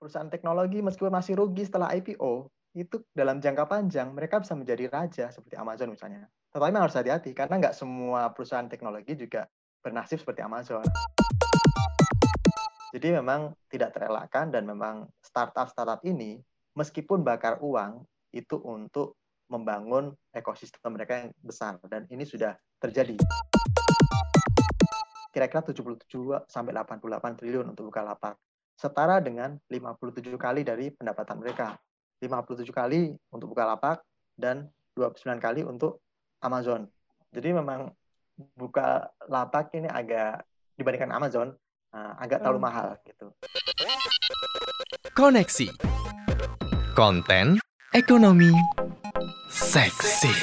perusahaan teknologi meskipun masih rugi setelah IPO, itu dalam jangka panjang mereka bisa menjadi raja seperti Amazon misalnya. Tetapi memang harus hati-hati karena nggak semua perusahaan teknologi juga bernasib seperti Amazon. Jadi memang tidak terelakkan dan memang startup-startup ini meskipun bakar uang itu untuk membangun ekosistem mereka yang besar dan ini sudah terjadi. Kira-kira 77 sampai 88 triliun untuk Bukalapak. Setara dengan 57 kali dari pendapatan mereka. 57 kali untuk Bukalapak dan 29 kali untuk Amazon. Jadi memang Bukalapak ini agak dibandingkan Amazon agak terlalu mahal gitu. Koneksi konten ekonomi seksi.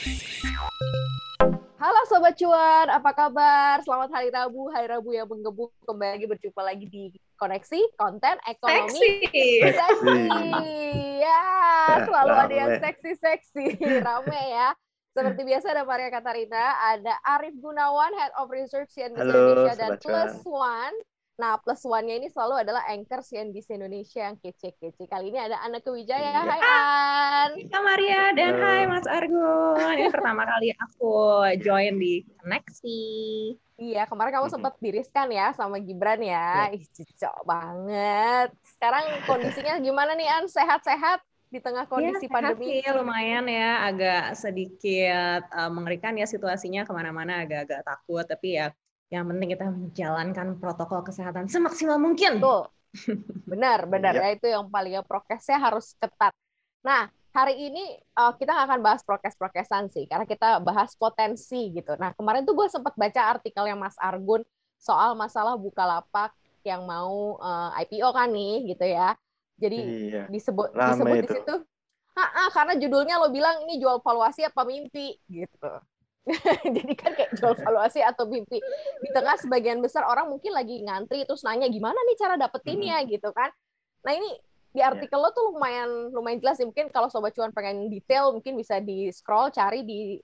Halo Sobat Cuan, apa kabar? Selamat hari Rabu yang menggebu. Kembali lagi berjumpa lagi di Koneksi Konten Ekonomi Seksi. Ya, selalu ada yang seksi-seksi. Rame ya. Seperti biasa ada Maria Katarina, ada Arif Gunawan, Head of Research CNBC Indonesia, dan Plus One. Nah, Plus One-nya ini selalu adalah anchor CNBC Indonesia yang kece-kece. Kali ini ada Anneke Wijaya. Hai An. Hai Maria dan hai Mas Argun. Ini pertama kali aku join di Koneksi. Iya, kemarin kamu sempat diriskan ya sama Gibran ya. Ih, cocok banget. Sekarang kondisinya gimana nih An? Sehat-sehat di tengah kondisi pandemi? Sih, lumayan ya, agak sedikit mengerikan ya situasinya, kemana-mana agak-agak takut. Tapi ya yang penting kita menjalankan protokol kesehatan semaksimal mungkin. Betul. Benar. Ya, itu yang paling prokesnya harus ketat. Nah, hari ini kita nggak akan bahas prokes-prokesan sih, karena kita bahas potensi gitu. Nah, kemarin tuh gue sempat baca artikelnya Mas Argun soal masalah Bukalapak yang mau IPO kan nih gitu ya. Jadi disebut di situ, karena judulnya lo bilang ini jual valuasi apa mimpi gitu. Jadi kan kayak jual valuasi atau mimpi. Di tengah sebagian besar orang mungkin lagi ngantri terus nanya gimana nih cara dapetinnya gitu kan. Nah ini di artikel lo tuh lumayan jelas sih. Mungkin kalau Sobat Cuan pengen detail mungkin bisa di scroll cari di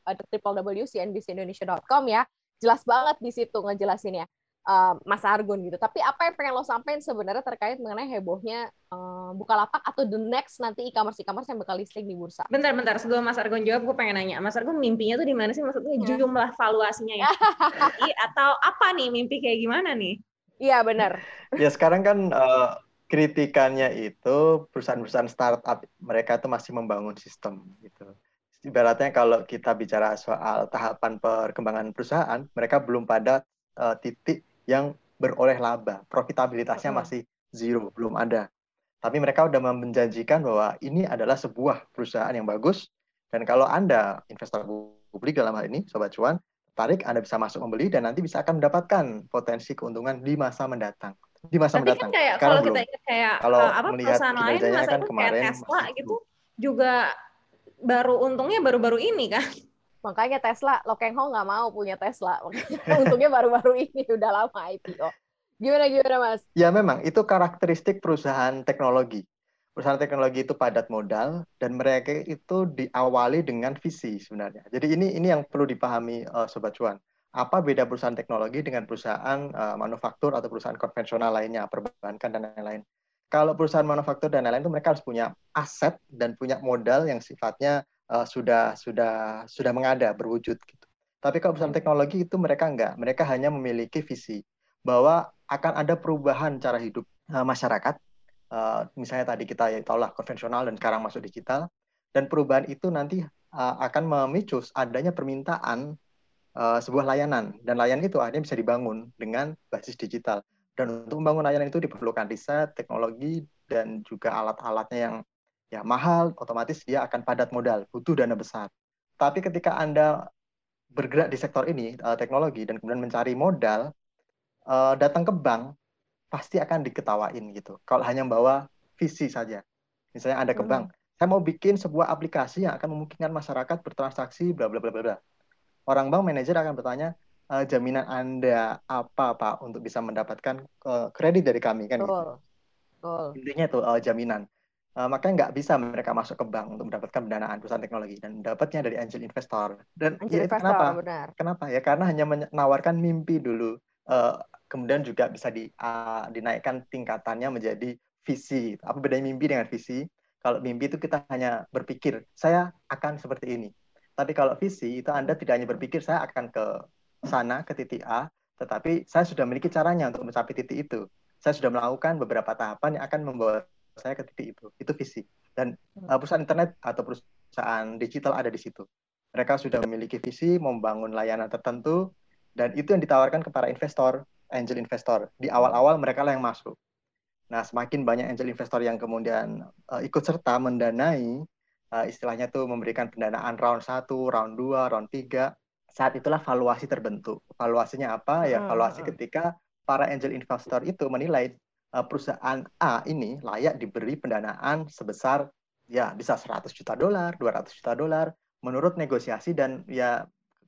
www.cnbcindonesia.com ya. Jelas banget di situ ngejelasinnya Mas Argun gitu. Tapi apa yang pengen lo sampaikan sebenarnya terkait mengenai hebohnya Bukalapak atau the next nanti e-commerce yang bakal listing di bursa? Bentar, sebelum Mas Argun jawab, gue pengen nanya, Mas Argun mimpinya tuh di mana sih? Maksudnya jumlah valuasinya ya? Atau apa nih, mimpi kayak gimana nih? Iya, benar. Ya sekarang kan kritikannya itu perusahaan-perusahaan startup mereka tuh masih membangun sistem gitu. Ibaratnya kalau kita bicara soal tahapan perkembangan perusahaan, mereka belum pada titik yang beroleh laba, profitabilitasnya masih zero, belum ada. Tapi mereka udah menjanjikan bahwa ini adalah sebuah perusahaan yang bagus, dan kalau Anda investor publik dalam hal ini, Sobat Cuan, tertarik, Anda bisa masuk membeli dan nanti bisa akan mendapatkan potensi keuntungan di masa mendatang. Di masa mendatang. Kan kayak, kalau kita ingat kayak perusahaan lain, kan kemarin kayak Tesla gitu juga untungnya baru-baru ini kan. Makanya Tesla, Lo Keng Ho nggak mau punya Tesla. Untungnya baru-baru ini, udah lama IPO. Gimana Mas? Ya memang, itu karakteristik perusahaan teknologi. Perusahaan teknologi itu padat modal, dan mereka itu diawali dengan visi sebenarnya. Jadi ini yang perlu dipahami Sobat Cuan. Apa beda perusahaan teknologi dengan perusahaan manufaktur atau perusahaan konvensional lainnya, perbankan dan lain-lain. Kalau perusahaan manufaktur dan lain-lain itu mereka harus punya aset dan punya modal yang sifatnya sudah mengada, berwujud gitu. Tapi kalau perusahaan teknologi itu mereka enggak, mereka hanya memiliki visi bahwa akan ada perubahan cara hidup masyarakat. Misalnya tadi kita tahulah konvensional dan sekarang masuk digital, dan perubahan itu nanti akan memicu adanya permintaan sebuah layanan, dan layanan itu akhirnya bisa dibangun dengan basis digital. Dan untuk membangun layanan itu diperlukan riset, teknologi, dan juga alat-alatnya yang mahal, otomatis dia akan padat modal, butuh dana besar. Tapi ketika Anda bergerak di sektor ini, teknologi, dan kemudian mencari modal, datang ke bank, pasti akan diketawain gitu. Kalau hanya membawa visi saja. Misalnya Anda ke bank, saya mau bikin sebuah aplikasi yang akan memungkinkan masyarakat bertransaksi, bla bla bla bla. Orang bank manajer akan bertanya, jaminan Anda apa Pak untuk bisa mendapatkan kredit dari kami kan gitu. Intinya itu jaminan. Makanya nggak bisa mereka masuk ke bank untuk mendapatkan pendanaan perusahaan teknologi, dan dapatnya dari angel investor. Dan kenapa? Benar. Kenapa ya? Karena hanya menawarkan mimpi dulu. Kemudian juga bisa dinaikkan tingkatannya menjadi visi. Apa bedanya mimpi dengan visi? Kalau mimpi itu kita hanya berpikir, saya akan seperti ini. Tapi kalau visi itu Anda tidak hanya berpikir, saya akan ke sana, ke titik A, tetapi saya sudah memiliki caranya untuk mencapai titik itu. Saya sudah melakukan beberapa tahapan yang akan membawa saya ke titik itu. Itu visi. Dan perusahaan internet atau perusahaan digital ada di situ. Mereka sudah memiliki visi, membangun layanan tertentu, dan itu yang ditawarkan kepada investor, angel investor. Di awal-awal mereka lah yang masuk. Nah, semakin banyak angel investor yang kemudian ikut serta mendanai, istilahnya tuh memberikan pendanaan round 1, round 2, round 3, saat itulah valuasi terbentuk. Valuasinya apa? Ya, valuasi ketika para angel investor itu menilai perusahaan A ini layak diberi pendanaan sebesar ya bisa $100 juta, $200 juta menurut negosiasi dan ya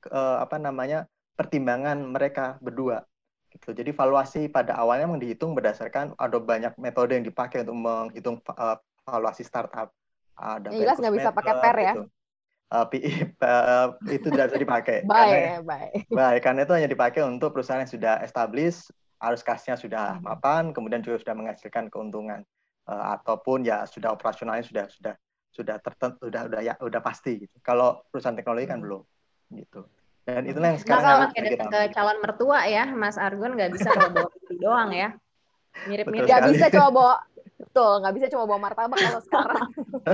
pertimbangan mereka berdua. Gitu. Jadi valuasi pada awalnya memang dihitung berdasarkan ada banyak metode yang dipakai untuk menghitung valuasi startup. Ada jelas nggak bisa pakai per ya. Gitu. PI itu tidak bisa dipakai. Baik. Karena itu hanya dipakai untuk perusahaan yang sudah established, arus kasnya sudah mapan, kemudian juga sudah menghasilkan keuntungan ataupun ya sudah operasionalnya sudah tertentu, sudah pasti gitu. Kalau perusahaan teknologi kan belum gitu. Dan itulah yang sekarang kalau datang ke calon mertua ya, Mas Argon nggak bisa bawa putih doang ya. Mirip-mirip. Nggak bisa cuma bawa, betul, nggak bisa cuma bawa martabak kalau sekarang.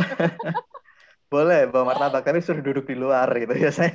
Boleh bawa martabak, tapi suruh duduk di luar gitu ya saya.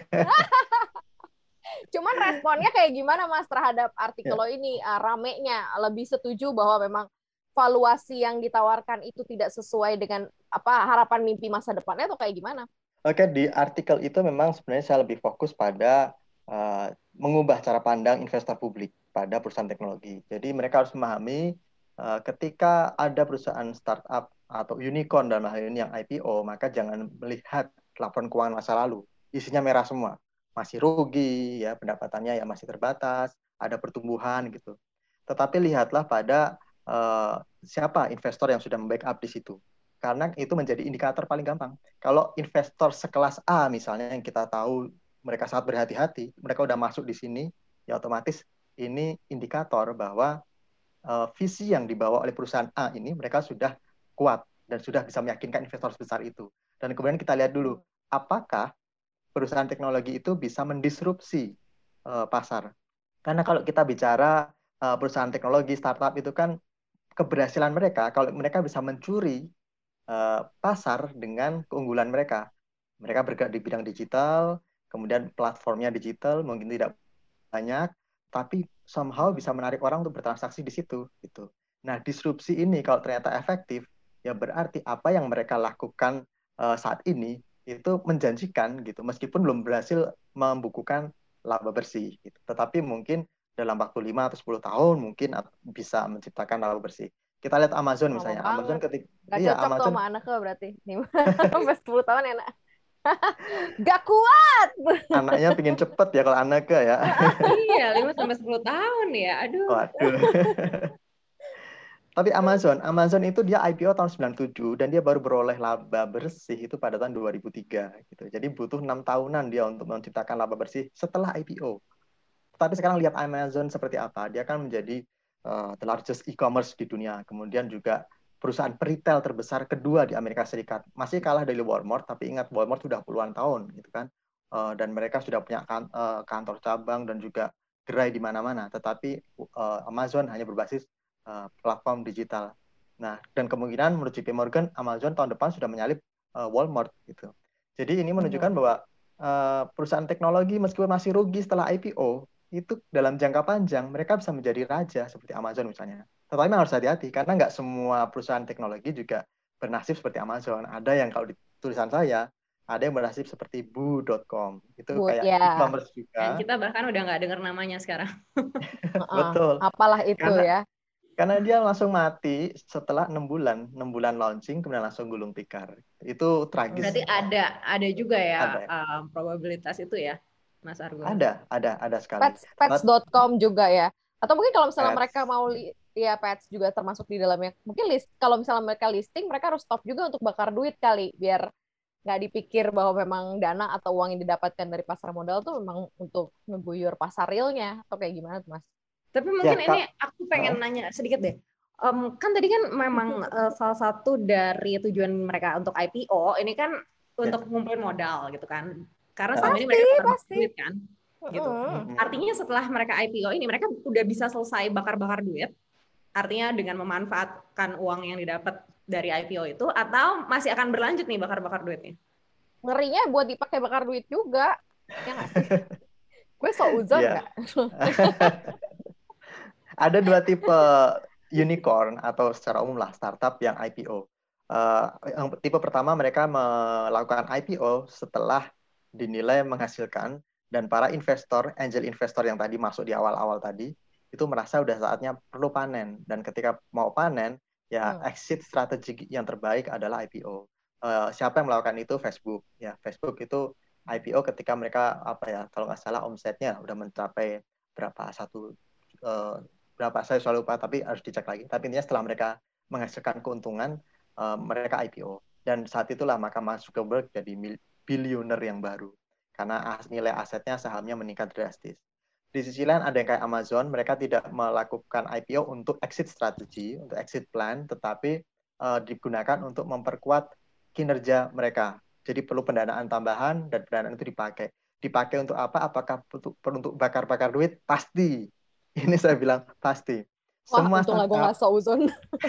Cuman responnya kayak gimana Mas terhadap artikel lo ini? Ramenya lebih setuju bahwa memang valuasi yang ditawarkan itu tidak sesuai dengan harapan mimpi masa depannya atau kayak gimana? Oke, di artikel itu memang sebenarnya saya lebih fokus pada mengubah cara pandang investor publik pada perusahaan teknologi. Jadi mereka harus memahami ketika ada perusahaan startup atau unicorn dalam hal ini yang IPO, maka jangan melihat laporan keuangan masa lalu. Isinya merah semua. Masih rugi, ya pendapatannya ya masih terbatas, ada pertumbuhan gitu. Tetapi lihatlah pada siapa investor yang sudah membackup di situ. Karena itu menjadi indikator paling gampang. Kalau investor sekelas A misalnya yang kita tahu mereka sangat berhati-hati, mereka udah masuk di sini, ya otomatis ini indikator bahwa visi yang dibawa oleh perusahaan A ini mereka sudah kuat dan sudah bisa meyakinkan investor sebesar itu. Dan kemudian kita lihat dulu, apakah perusahaan teknologi itu bisa mendisrupsi pasar. Karena kalau kita bicara perusahaan teknologi, startup itu kan keberhasilan mereka, kalau mereka bisa mencuri pasar dengan keunggulan mereka. Mereka bergerak di bidang digital, kemudian platformnya digital, mungkin tidak banyak, tapi somehow bisa menarik orang untuk bertransaksi di situ. Gitu. Nah, disrupsi ini kalau ternyata efektif, ya berarti apa yang mereka lakukan saat ini itu menjanjikan, gitu, meskipun belum berhasil membukukan laba bersih. Gitu. Tetapi mungkin dalam waktu 5 atau 10 tahun mungkin bisa menciptakan laba bersih. Kita lihat Amazon misalnya. Amazon ketika nggak cocok Amazon tuh sama anaknya berarti. Sampai 10 tahun enak. Gak kuat. Anaknya pingin cepet ya kalau anaknya ya. Iya, 5-10 tahun ya. Aduh. Waduh. Tapi Amazon itu dia IPO tahun 97 dan dia baru beroleh laba bersih itu pada tahun 2003 gitu. Jadi butuh 6 tahunan dia untuk menciptakan laba bersih setelah IPO. Tapi sekarang lihat Amazon seperti apa. Dia kan menjadi the largest e-commerce di dunia. Kemudian juga perusahaan retail terbesar kedua di Amerika Serikat. Masih kalah dari Walmart, tapi ingat Walmart sudah puluhan tahun, gitu kan. Dan mereka sudah punya kantor cabang dan juga gerai di mana-mana. Tetapi Amazon hanya berbasis platform digital. Nah, dan kemungkinan menurut JP Morgan, Amazon tahun depan sudah menyalip Walmart, gitu. Jadi ini menunjukkan bahwa perusahaan teknologi meskipun masih rugi setelah IPO, itu dalam jangka panjang mereka bisa menjadi raja seperti Amazon misalnya. Tetapi harus hati-hati karena nggak semua perusahaan teknologi juga bernasib seperti Amazon. Ada yang kalau di tulisan saya ada yang bernasib seperti boo.com. Itu kayak e-commerce juga. Dan kita bahkan udah nggak dengar namanya sekarang. Betul. Apalah itu ya. Karena dia langsung mati setelah 6 bulan launching, kemudian langsung gulung tikar. Itu tragis. Berarti ada juga ya probabilitas itu ya, Mas Argo? Ada sekali. Pets.com juga ya. Atau mungkin kalau misalnya mereka mau Pets juga termasuk di dalamnya. Mungkin kalau misalnya mereka listing, mereka harus stop juga untuk bakar duit kali, biar nggak dipikir bahwa memang dana atau uang yang didapatkan dari pasar modal tuh memang untuk ngebuyur pasar realnya, atau kayak gimana tuh Mas? Tapi mungkin ini aku pengen nanya sedikit deh. Kan tadi kan memang salah satu dari tujuan mereka untuk IPO ini kan untuk ngumpulin modal gitu kan. Karena selama ini mereka bakar duit kan, gitu. Artinya setelah mereka IPO ini mereka udah bisa selesai bakar-bakar duit. Artinya dengan memanfaatkan uang yang didapat dari IPO itu, atau masih akan berlanjut nih bakar-bakar duitnya? Ngerinya buat dipakai bakar duit juga, ya nggak sih? Gue seuzon nggak? Ada dua tipe unicorn atau secara umum lah startup yang IPO. Yang tipe pertama mereka melakukan IPO setelah dinilai menghasilkan dan para investor, angel investor yang tadi masuk di awal-awal tadi, itu merasa udah saatnya perlu panen. Dan ketika mau panen, ya exit strategi yang terbaik adalah IPO. Siapa yang melakukan itu? Facebook. Ya, Facebook itu IPO ketika mereka kalau nggak salah omsetnya udah mencapai berapa berapa saya selalu lupa tapi harus dicek lagi. Tapi intinya setelah mereka menghasilkan keuntungan, mereka IPO. Dan saat itulah maka Mark Zuckerberg jadi bilioner yang baru. Karena nilai asetnya sahamnya meningkat drastis. Di sisi lain ada yang kayak Amazon, mereka tidak melakukan IPO untuk exit strategi, untuk exit plan, tetapi digunakan untuk memperkuat kinerja mereka. Jadi perlu pendanaan tambahan dan pendanaan itu dipakai. Dipakai untuk apa? Apakah untuk bakar-bakar duit? Pasti. Ini saya bilang pasti. Wah, Semua untung lah gue startup nggak seuzon.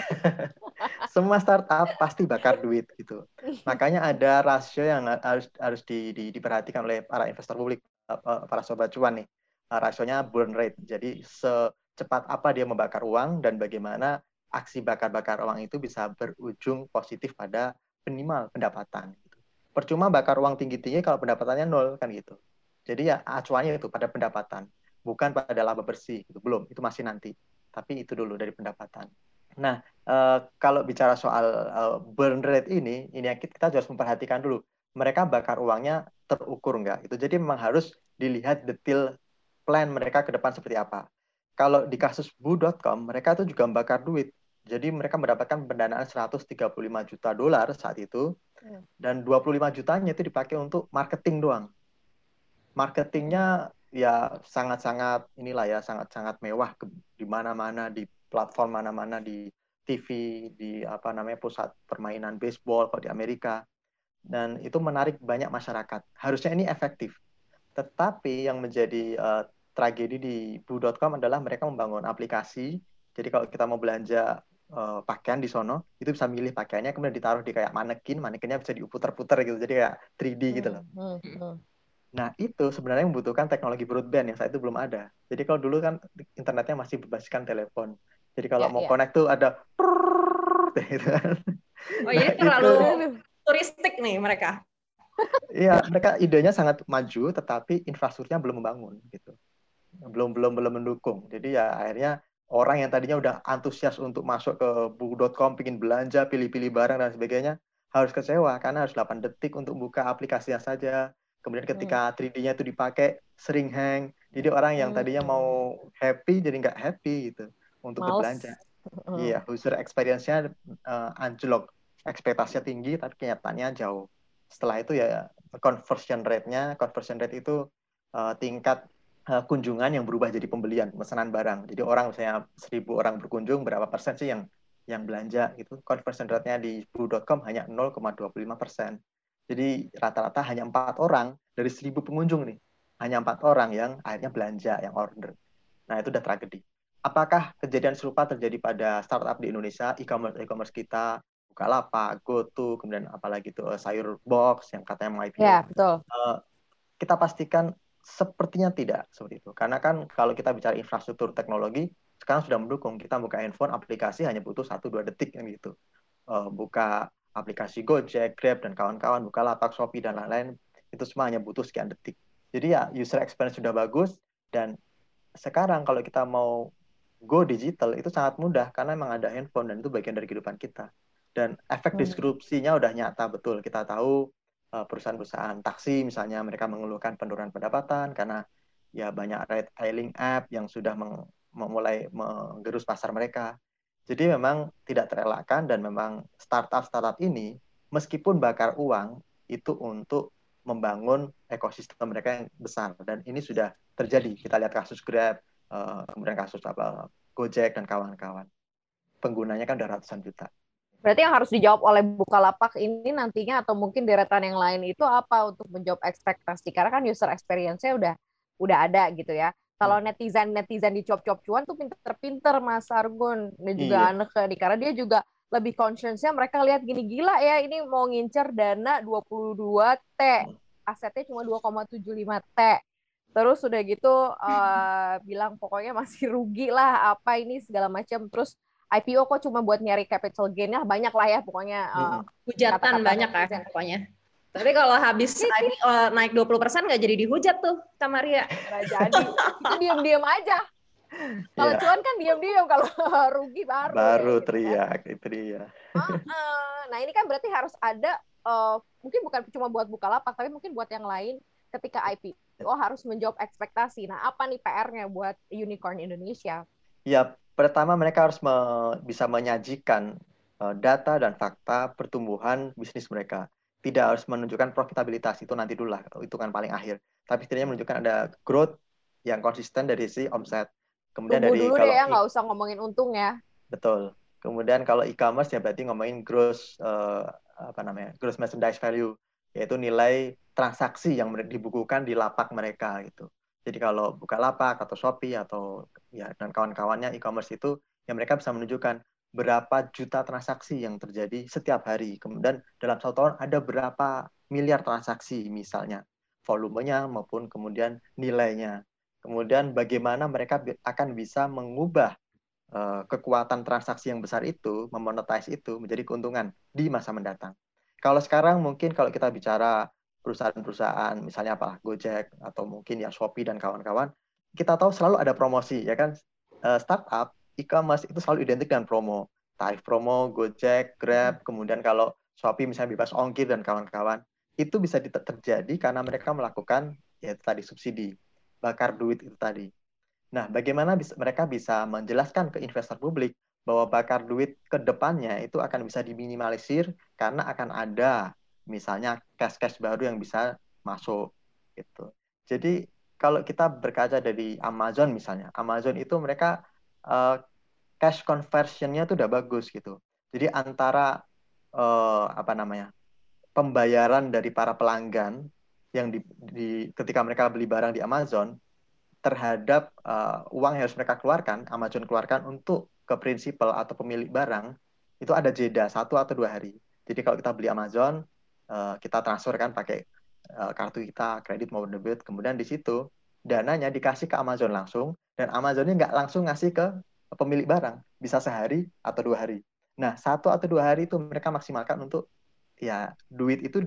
semua startup pasti bakar duit gitu. Makanya ada rasio yang harus diperhatikan oleh para investor publik, para sobat cuan nih. Rasionya burn rate. Jadi secepat apa dia membakar uang dan bagaimana aksi bakar-bakar uang itu bisa berujung positif pada minimal pendapatan. Gitu. Percuma bakar uang tinggi-tinggi kalau pendapatannya nol kan gitu. Jadi ya acuannya itu pada pendapatan, bukan pada laba bersih. Gitu. Belum, itu masih nanti. Tapi itu dulu dari pendapatan. Nah, kalau bicara soal burn rate ini kita harus memperhatikan dulu. Mereka bakar uangnya terukur nggak? Itu jadi memang harus dilihat detail plan mereka ke depan seperti apa. Kalau di kasus Bu.com, mereka itu juga membakar duit. Jadi mereka mendapatkan pendanaan 135 juta dolar saat itu, dan 25 jutanya itu dipakai untuk marketing doang. Marketingnya ya sangat-sangat sangat-sangat mewah di mana-mana, di platform mana-mana, di TV, di pusat permainan baseball kalau di Amerika, dan itu menarik banyak masyarakat. Harusnya ini efektif, tetapi yang menjadi tragedi di Bu.com adalah mereka membangun aplikasi. Jadi kalau kita mau belanja pakaian di sono, itu bisa milih pakaiannya kemudian ditaruh di kayak manekinnya bisa diputar-putar gitu, jadi kayak 3D gitu loh. Nah, itu sebenarnya membutuhkan teknologi broadband yang saat itu belum ada. Jadi kalau dulu kan internetnya masih berbasiskan telepon. Jadi kalau mau connect tuh ada gitu kan. Oh, jadi terlalu turistik nih mereka. Iya, mereka idenya sangat maju tetapi infrastrukturnya belum membangun gitu. Belum mendukung. Jadi ya akhirnya orang yang tadinya udah antusias untuk masuk ke bu.com, pingin belanja, pilih-pilih barang dan sebagainya, harus kecewa karena harus 8 detik untuk buka aplikasinya saja. Kemudian ketika 3D-nya itu dipakai, sering hang. Jadi orang yang tadinya mau happy, jadi nggak happy gitu untuk berbelanja. Iya, user experience-nya anjlok. Ekspektasinya tinggi, tapi kenyataannya jauh. Setelah itu ya conversion rate itu tingkat kunjungan yang berubah jadi pembelian, pemesanan barang. Jadi orang misalnya 1.000 orang berkunjung, berapa persen sih yang belanja gitu. Conversion rate-nya di bu.com hanya 0,25%. Jadi rata-rata hanya 4 orang dari 1.000 pengunjung nih. Hanya 4 orang yang akhirnya belanja, yang order. Nah, itu udah tragedi. Apakah kejadian serupa terjadi pada startup di Indonesia, e-commerce kita, Bukalapak, GoTo, kemudian apalagi itu Sayur Box yang katanya mau IPO. Ya, betul. Kita pastikan sepertinya tidak seperti itu. Karena kan kalau kita bicara infrastruktur teknologi, sekarang sudah mendukung. Kita buka handphone, aplikasi hanya butuh 1-2 detik kan gitu. Buka aplikasi Gojek, Grab, dan kawan-kawan, Bukalapak, Shopee, dan lain-lain, itu semua hanya butuh sekian detik. Jadi ya user experience sudah bagus, dan sekarang kalau kita mau go digital itu sangat mudah karena memang ada handphone dan itu bagian dari kehidupan kita. Dan efek disrupsinya udah nyata betul. Kita tahu perusahaan-perusahaan taksi misalnya mereka mengeluhkan penurunan pendapatan karena ya banyak ride-hailing app yang sudah mulai menggerus pasar mereka. Jadi memang tidak terelakkan dan memang startup ini meskipun bakar uang itu untuk membangun ekosistem mereka yang besar, dan ini sudah terjadi. Kita lihat kasus Grab, kemudian kasus Gojek dan kawan-kawan. penggunanya kan udah ratusan juta. Berarti yang harus dijawab oleh Bukalapak ini nantinya atau mungkin deretan yang lain itu apa untuk menjawab ekspektasi? Karena kan user experience-nya udah ada gitu ya. Kalau netizen di cuap-cuap cuan tuh pinter-pinter Mas Argun dan juga Anneke nih, karena dia juga lebih conscious-nya mereka lihat gini, gila ya ini mau ngincer dana 22T, asetnya cuma 2,75T. Terus udah gitu bilang pokoknya masih rugi lah apa ini segala macam. Terus IPO kok cuma buat nyari capital gain-nya, banyak lah ya pokoknya. Hujatan banyak kan pokoknya. Tapi kalau habis IPO naik 20% nggak jadi dihujat tuh sama Ria. Nggak jadi. Itu diam-diam aja. Kalau cuan kan diam-diam, kalau rugi baru. Baru ya, teriak, gitu, itu dia. Nah ini kan berarti harus ada, mungkin bukan cuma buat Bukalapak, tapi mungkin buat yang lain ketika IPO harus menjawab ekspektasi. Nah apa nih PR-nya buat Unicorn Indonesia? Ya, pertama mereka harus bisa menyajikan data dan fakta pertumbuhan bisnis mereka. Tidak harus menunjukkan profitabilitas, itu nanti dulu lah, itu kan paling akhir. Tapi setidaknya menunjukkan ada growth yang konsisten dari si omset. Kemudian Tunggu dari dulu kalau deh ya, nggak usah ngomongin untung ya. Betul. Kemudian kalau e-commerce ya berarti ngomongin gross gross merchandise value, yaitu nilai transaksi yang dibukukan di lapak mereka gitu. Jadi kalau Bukalapak atau Shopee atau ya dan kawan-kawannya e-commerce itu ya mereka bisa menunjukkan berapa juta transaksi yang terjadi setiap hari. Kemudian dalam satu tahun ada berapa miliar transaksi misalnya, volumenya maupun kemudian nilainya. Kemudian bagaimana mereka akan bisa mengubah kekuatan transaksi yang besar itu, memonetize itu menjadi keuntungan di masa mendatang. Kalau sekarang mungkin kalau kita bicara perusahaan-perusahaan, misalnya apa, Gojek atau mungkin ya Shopee dan kawan-kawan, kita tahu selalu ada promosi, ya kan? Startup, e-commerce itu selalu identik dengan promo. Tarif promo, Gojek, Grab, kemudian kalau Shopee misalnya bebas ongkir dan kawan-kawan, itu bisa terjadi karena mereka melakukan ya tadi subsidi, bakar duit itu tadi. Nah, bagaimana mereka bisa menjelaskan ke investor publik bahwa bakar duit ke depannya itu akan bisa diminimalisir karena akan ada misalnya cash-cash baru yang bisa masuk gitu. Jadi kalau kita berkaca dari Amazon misalnya, Amazon itu mereka cash conversion-nya itu udah bagus gitu. Jadi antara pembayaran dari para pelanggan yang ketika mereka beli barang di Amazon terhadap uang yang harus mereka keluarkan, Amazon keluarkan untuk ke prinsipal atau pemilik barang, itu ada jeda 1 atau 2 hari. Jadi kalau kita beli Amazon, kita transfer kan pakai kartu kita, kredit maupun debit, kemudian di situ dananya dikasih ke Amazon langsung, dan Amazonnya nggak langsung ngasih ke pemilik barang, bisa sehari atau 2 hari. Nah, 1 atau 2 hari itu mereka maksimalkan untuk ya duit itu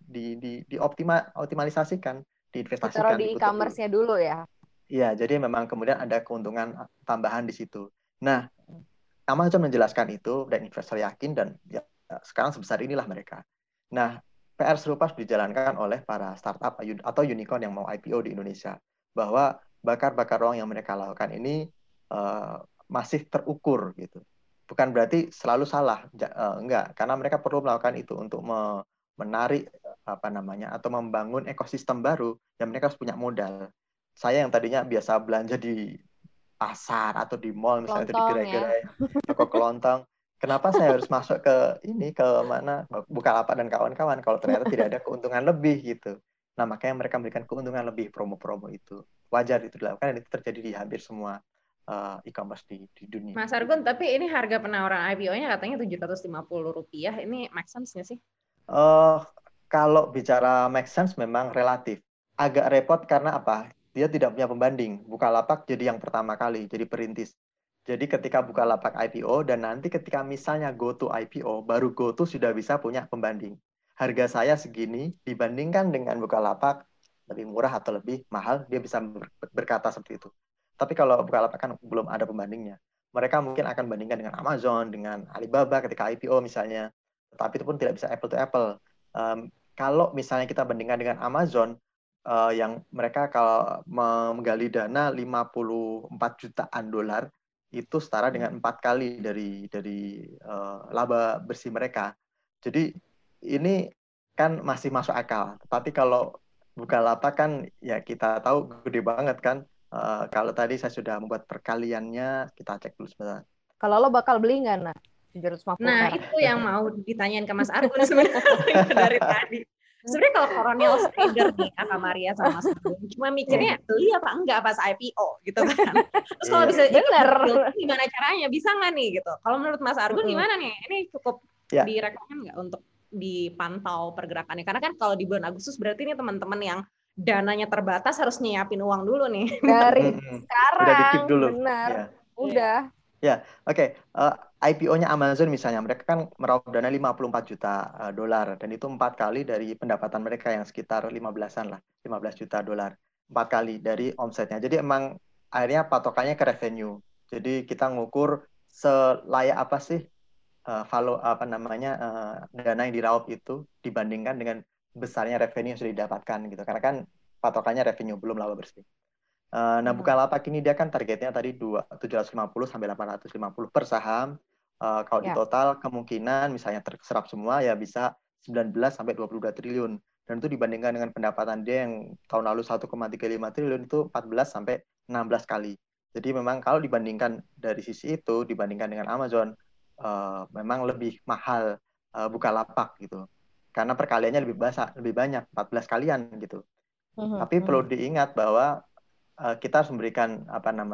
dioptimalisasikan, diinvestasikan. Ditaruh di e-commerce-nya dulu ya. Iya, jadi memang kemudian ada keuntungan tambahan di situ. Nah, Amazon menjelaskan itu dan investor yakin dan ya, sekarang sebesar inilah mereka. Nah, PR serupa harus dijalankan oleh para startup atau unicorn yang mau IPO di Indonesia. Bahwa bakar-bakar uang yang mereka lakukan ini masih terukur gitu. Bukan berarti selalu salah, enggak, karena mereka perlu melakukan itu untuk menarik atau membangun ekosistem baru yang mereka harus punya modal. Saya yang tadinya biasa belanja di pasar atau di mall misalnya, itu di gerai-gerai toko kelontong, kenapa saya harus masuk ke mana Bukalapak dan kawan-kawan kalau ternyata tidak ada keuntungan lebih gitu. Nah, makanya mereka memberikan keuntungan lebih, promo-promo itu wajar itu dilakukan, dan itu terjadi di hampir semua e-commerce di dunia. Mas Argun, tapi ini harga penawaran IPO-nya katanya Rp750, ini make sense nggak sih? Kalau bicara make sense memang relatif. Agak repot karena apa? Dia tidak punya pembanding. Bukalapak jadi yang pertama kali, jadi perintis. Jadi ketika Bukalapak IPO dan nanti ketika misalnya GoTo IPO, baru GoTo sudah bisa punya pembanding. Harga saya segini dibandingkan dengan Bukalapak lebih murah atau lebih mahal, dia bisa berkata seperti itu. Tapi kalau Bukalapak kan belum ada pembandingnya. Mereka mungkin akan bandingkan dengan Amazon, dengan Alibaba ketika IPO misalnya. Tetapi itu pun tidak bisa apple to apple. Kalau misalnya kita bandingkan dengan Amazon, yang mereka kalau menggali dana 54 jutaan dolar, itu setara dengan 4 kali dari laba bersih mereka. Jadi ini kan masih masuk akal. Tetapi kalau Bukalapak kan ya kita tahu gede banget kan. Kalau tadi saya sudah membuat perkaliannya, kita cek dulu sebentar. Kalau lo bakal beli nggak, Nah? 750 Nah, perak. itu yang mau ditanyain ke Mas Argun sebenarnya dari tadi. Sebenarnya kalau Colonial Trader nih, Kak Maria sama Mas Argun, cuma mikirnya beli apa enggak pas IPO gitu kan. Terus kalau bisa ikut deal, gimana caranya? Bisa nggak nih gitu? Kalau menurut Mas Argun gimana nih? Ini cukup direkomend nggak untuk dipantau pergerakannya? Karena kan kalau di bulan Agustus berarti ini teman-teman yang dananya terbatas harus nyiapin uang dulu nih. Dari sekarang. Udah di-keep dulu. Benar. Ya. Udah. Ya, oke. IPO-nya Amazon misalnya, mereka kan meraup dana 54 juta dolar, dan itu 4 kali dari pendapatan mereka yang sekitar 15-an lah, 15 juta dolar. 4 kali dari omsetnya. Jadi emang akhirnya patokannya ke revenue. Jadi kita ngukur selayak apa sih dana yang diraup itu dibandingkan dengan besarnya revenue yang sudah didapatkan gitu. Karena kan patokannya revenue, belum laba bersih. Nah, Bukalapak ini dia kan targetnya tadi 750 sampai 850 per saham. Kalau di total kemungkinan misalnya terserap semua ya bisa 19 sampai 22 triliun. Dan itu dibandingkan dengan pendapatan dia yang tahun lalu 1,35 triliun itu 14 sampai 16 kali. Jadi memang kalau dibandingkan dari sisi itu, dibandingkan dengan Amazon, memang lebih mahal Bukalapak gitu. Karena perkaliannya lebih banyak, 14 kalian gitu. Tapi perlu diingat bahwa kita harus memberikan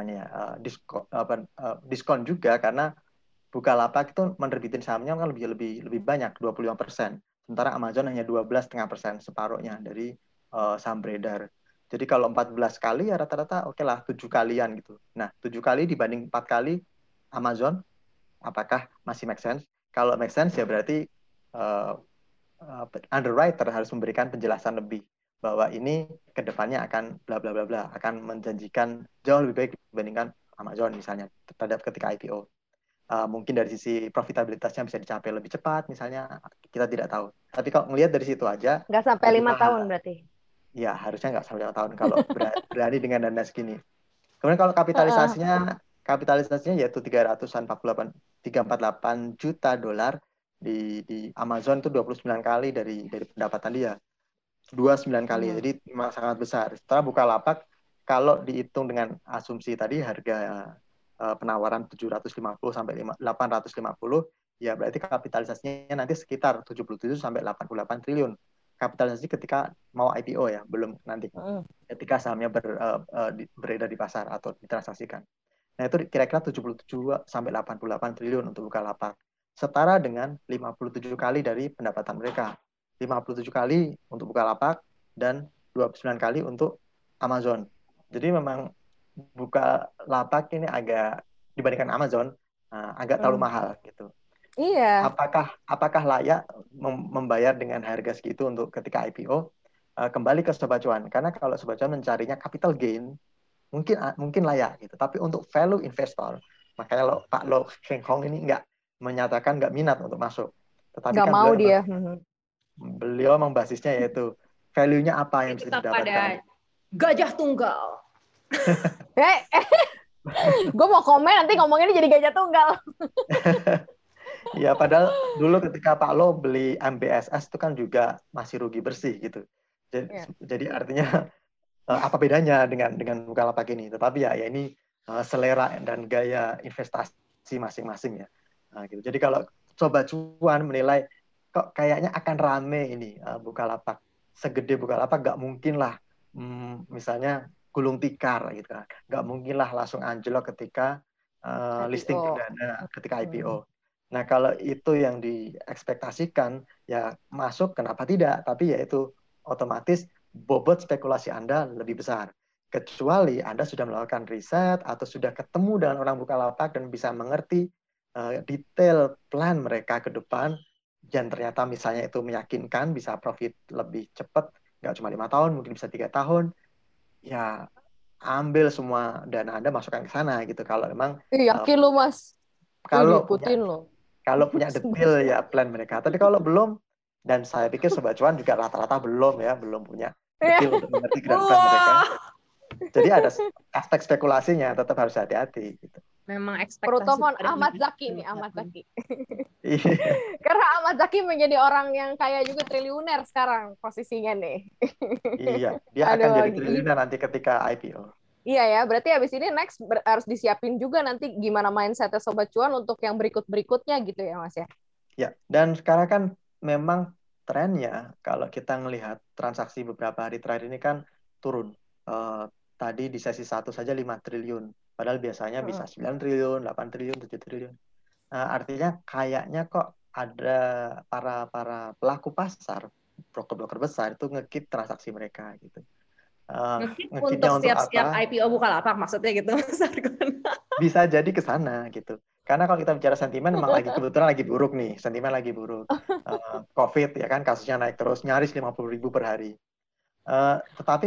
diskon juga, karena Bukalapak itu menerbitin sahamnya kan lebih banyak, 25%. Sementara Amazon hanya 12,5%, separuhnya dari saham beredar. Jadi kalau 14 kali ya rata-rata oke lah 7 kalian gitu. Nah, 7 kali dibanding 4 kali Amazon, apakah masih make sense? Kalau make sense ya berarti underwriter harus memberikan penjelasan lebih bahwa ini kedepannya akan bla bla bla bla, akan menjanjikan jauh lebih baik dibandingkan Amazon misalnya terhadap ketika IPO. Mungkin dari sisi profitabilitasnya bisa dicapai lebih cepat misalnya, kita tidak tahu. Tapi kalau melihat dari situ aja, nggak sampai 5 tahun berarti? Ya harusnya nggak sampai 5 tahun kalau berani dengan dana segini. Kemudian kalau kapitalisasinya yaitu 348 juta dolar, di Amazon itu 29 kali dari pendapatan dia. 29 kali, jadi memang sangat besar. Setelah Bukalapak, kalau dihitung dengan asumsi tadi harga penawaran 750 sampai 850, ya berarti kapitalisasinya nanti sekitar 77 sampai 88 triliun. Kapitalisasi ketika mau IPO ya, belum nanti ketika sahamnya beredar di pasar atau ditransaksikan. Nah, itu kira-kira 77 sampai 88 triliun untuk Bukalapak. Setara dengan 57 kali dari pendapatan mereka. 57 kali untuk Bukalapak dan 29 kali untuk Amazon. Jadi memang Bukalapak ini agak dibandingkan Amazon agak terlalu mahal gitu. Iya. Apakah layak membayar dengan harga segitu untuk ketika IPO? Kembali ke Sobat Cuan, karena kalau Sobat Cuan mencarinya capital gain, mungkin layak gitu. Tapi untuk value investor, makanya Pak Lo Feng Hong ini menyatakan nggak minat untuk masuk. Tetapi nggak kan mau dia. Beliau memang basisnya yaitu value-nya apa yang bisa didapatkan. Gajah tunggal. Gue mau komen nanti ngomonginnya jadi gajah tunggal. Ya, padahal dulu ketika Pak Lo beli MBSS itu kan juga masih rugi bersih gitu. Jadi artinya apa bedanya dengan Bukalapak ini? Tetapi ya ini selera dan gaya investasi masing-masing ya. Gitu. Jadi kalau Sobat Cuan menilai kok kayaknya akan rame ini Bukalapak, segede Bukalapak nggak mungkin lah misalnya gulung tikar gitu kan, nggak mungkin lah langsung anjlok ketika listing perdana, ketika IPO. Nah, kalau itu yang diekspektasikan ya masuk, kenapa tidak? Tapi ya itu otomatis bobot spekulasi Anda lebih besar. Kecuali Anda sudah melakukan riset atau sudah ketemu dengan orang Bukalapak dan bisa mengerti detail plan mereka ke depan, dan ternyata misalnya itu meyakinkan, bisa profit lebih cepat, nggak cuma 5 tahun, mungkin bisa 3 tahun, ya ambil semua dana Anda, masukkan ke sana gitu. Kalau memang yakin lo Mas, kalau punya detail ya plan mereka. Tapi kalau belum, dan saya pikir Sobat Cuan juga rata-rata belum punya detail untuk mengerti gerakan mereka. Jadi ada aspek spekulasinya, tetap harus hati-hati gitu. Memang ekspektasi. Pertemuan Ahmad Zaki nih, Ahmad Zaki. Karena Ahmad Zaki menjadi orang yang kaya juga, triliuner sekarang posisinya nih. Iya, dia akan jadi triliuner nanti ketika IPO. Iya ya, berarti habis ini next harus disiapin juga nanti gimana mindset-nya Sobat Cuan untuk yang berikut-berikutnya gitu ya Mas ya. Ya, dan sekarang kan memang trennya kalau kita ngelihat transaksi beberapa hari terakhir ini kan turun. Tadi di sesi 1 saja 5 triliun. Padahal biasanya bisa 9 triliun, 8 triliun, 7 triliun. Artinya kayaknya kok ada para pelaku pasar, broker-broker besar itu nge-keep transaksi mereka gitu. Untuk Nge-keepnya untuk siap-siap apa? IPO Bukalapak maksudnya gitu Mas Argun. Bisa jadi ke sana gitu. Karena kalau kita bicara sentimen memang kebetulan lagi buruk nih, sentimen lagi buruk. COVID ya kan kasusnya naik terus nyaris 50.000 per hari. Tetapi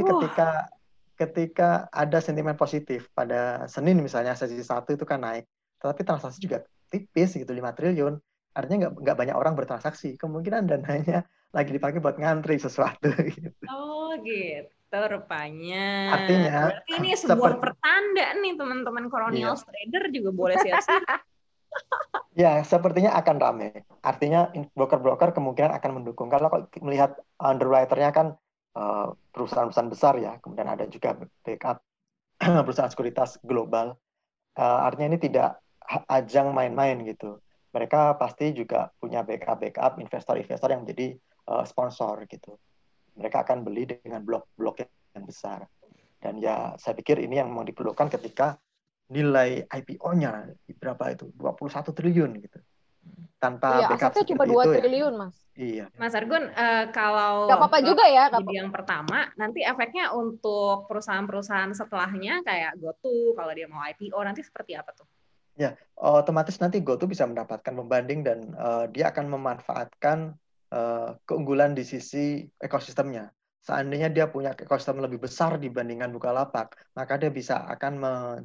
ketika ada sentimen positif pada Senin misalnya sesi 1 itu kan naik, tetapi transaksi juga tipis gitu 5 triliun. Artinya nggak banyak orang bertransaksi. Kemungkinan dananya lagi dipakai buat ngantri sesuatu gitu. Oh gitu rupanya. Artinya berarti ini sebuah pertanda nih teman-teman Coronial Trader juga boleh siap-siap. Ya, sepertinya akan ramai. Artinya broker-broker kemungkinan akan mendukung. Kalau melihat underwriter-nya kan perusahaan-perusahaan besar ya, kemudian ada juga backup perusahaan sekuritas global. Artinya ini tidak ajang main-main gitu. Mereka pasti juga punya backup investor-investor yang menjadi sponsor gitu. Mereka akan beli dengan blok-blok yang besar. Dan ya saya pikir ini yang memang diperlukan ketika nilai IPO-nya berapa itu? 21 triliun gitu. Tanpa backup asetnya cuma 2 triliun, Mas. Iya. Mas Argun, kalau nggak apa-apa juga ya, yang pertama, nanti efeknya untuk perusahaan-perusahaan setelahnya kayak GoTo, kalau dia mau IPO, nanti seperti apa tuh? Ya, otomatis nanti GoTo bisa mendapatkan pembanding dan dia akan memanfaatkan keunggulan di sisi ekosistemnya. Seandainya dia punya ekosistem lebih besar dibandingkan Bukalapak, maka dia akan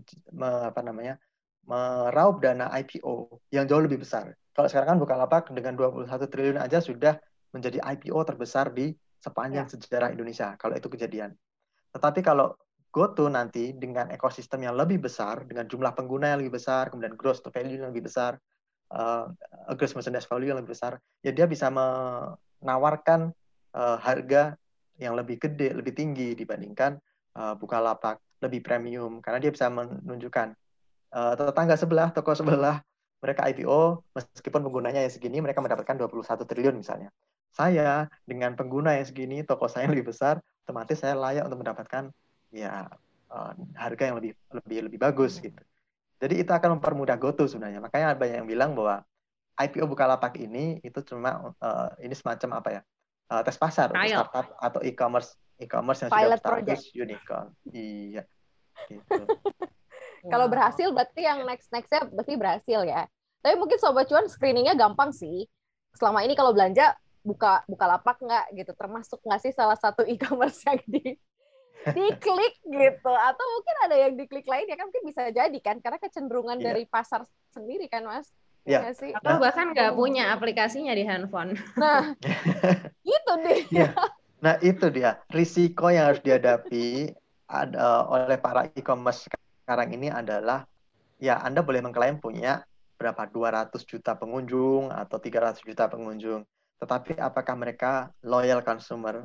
meraup dana IPO yang jauh lebih besar. Kalau sekarang kan Bukalapak dengan 21 triliun aja sudah menjadi IPO terbesar di sepanjang sejarah Indonesia, kalau itu kejadian. Tetapi kalau GoTo nanti dengan ekosistem yang lebih besar, dengan jumlah pengguna yang lebih besar, kemudian gross value yang lebih besar, gross merchandise value yang lebih besar, ya dia bisa menawarkan harga yang lebih gede, lebih tinggi dibandingkan Bukalapak, lebih premium, karena dia bisa menunjukkan tetangga sebelah, toko sebelah, mereka IPO, meskipun penggunanya yang segini, mereka mendapatkan 21 triliun misalnya. Saya, dengan pengguna yang segini, toko saya yang lebih besar, otomatis saya layak untuk mendapatkan ya harga yang lebih bagus gitu. Jadi itu akan mempermudah GoTo sebenarnya. Makanya banyak yang bilang bahwa IPO Bukalapak ini itu cuma ini semacam apa ya? Tes pasar untuk startup atau e-commerce yang sudah berstatus unicorn. Iya. Gitu. Kalau berhasil berarti yang next-nextnya berarti berhasil ya. Tapi mungkin Sobat Cuan screeningnya gampang sih. Selama ini kalau belanja Bukalapak nggak gitu, termasuk nggak sih salah satu e-commerce yang diklik gitu, atau mungkin ada yang diklik lain ya kan, mungkin bisa jadi kan, karena kecenderungan dari pasar sendiri kan Mas. Ya. Sih? Atau bahkan nggak punya aplikasinya di handphone. Nah, itu deh. Ya. Nah itu dia risiko yang harus dihadapi oleh para e-commerce sekarang ini adalah ya Anda boleh mengklaim punya berapa 200 juta pengunjung atau 300 juta pengunjung. Tetapi apakah mereka loyal customer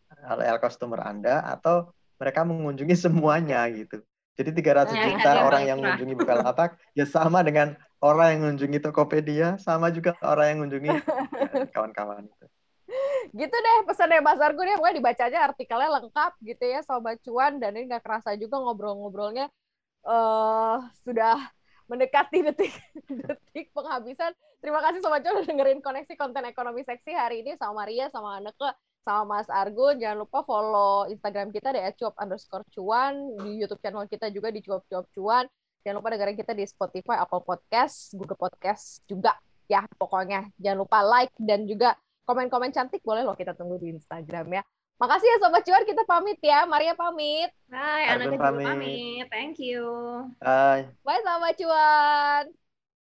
Anda atau mereka mengunjungi semuanya gitu. Jadi 300 juta orang yang mengunjungi Bukalapak ya sama dengan orang yang mengunjungi Tokopedia, sama juga orang yang mengunjungi kawan-kawan itu. Gitu deh pesan deh Mas Argun ya, pokoknya dibaca aja artikelnya lengkap gitu ya Sobat Cuan, dan ini nggak kerasa juga ngobrol-ngobrolnya sudah mendekati detik penghabisan. Terima kasih Sobat Cuan udah dengerin Koneksi Konten Ekonomi Seksi hari ini sama Maria, sama Anneke, sama Mas Argun. Jangan lupa follow Instagram kita di @cuap_cuan, di YouTube channel kita juga di cuap-cuap cuan. Jangan lupa dengerin kita di Spotify, Apple Podcast, Google Podcast juga ya. Pokoknya jangan lupa like dan juga komen-komen cantik boleh loh, kita tunggu di Instagram ya. Makasih ya Sobat Cuan, kita pamit ya. Maria pamit. Hai, Anneke juga pamit. Thank you. Bye. Bye Sobat Cuan.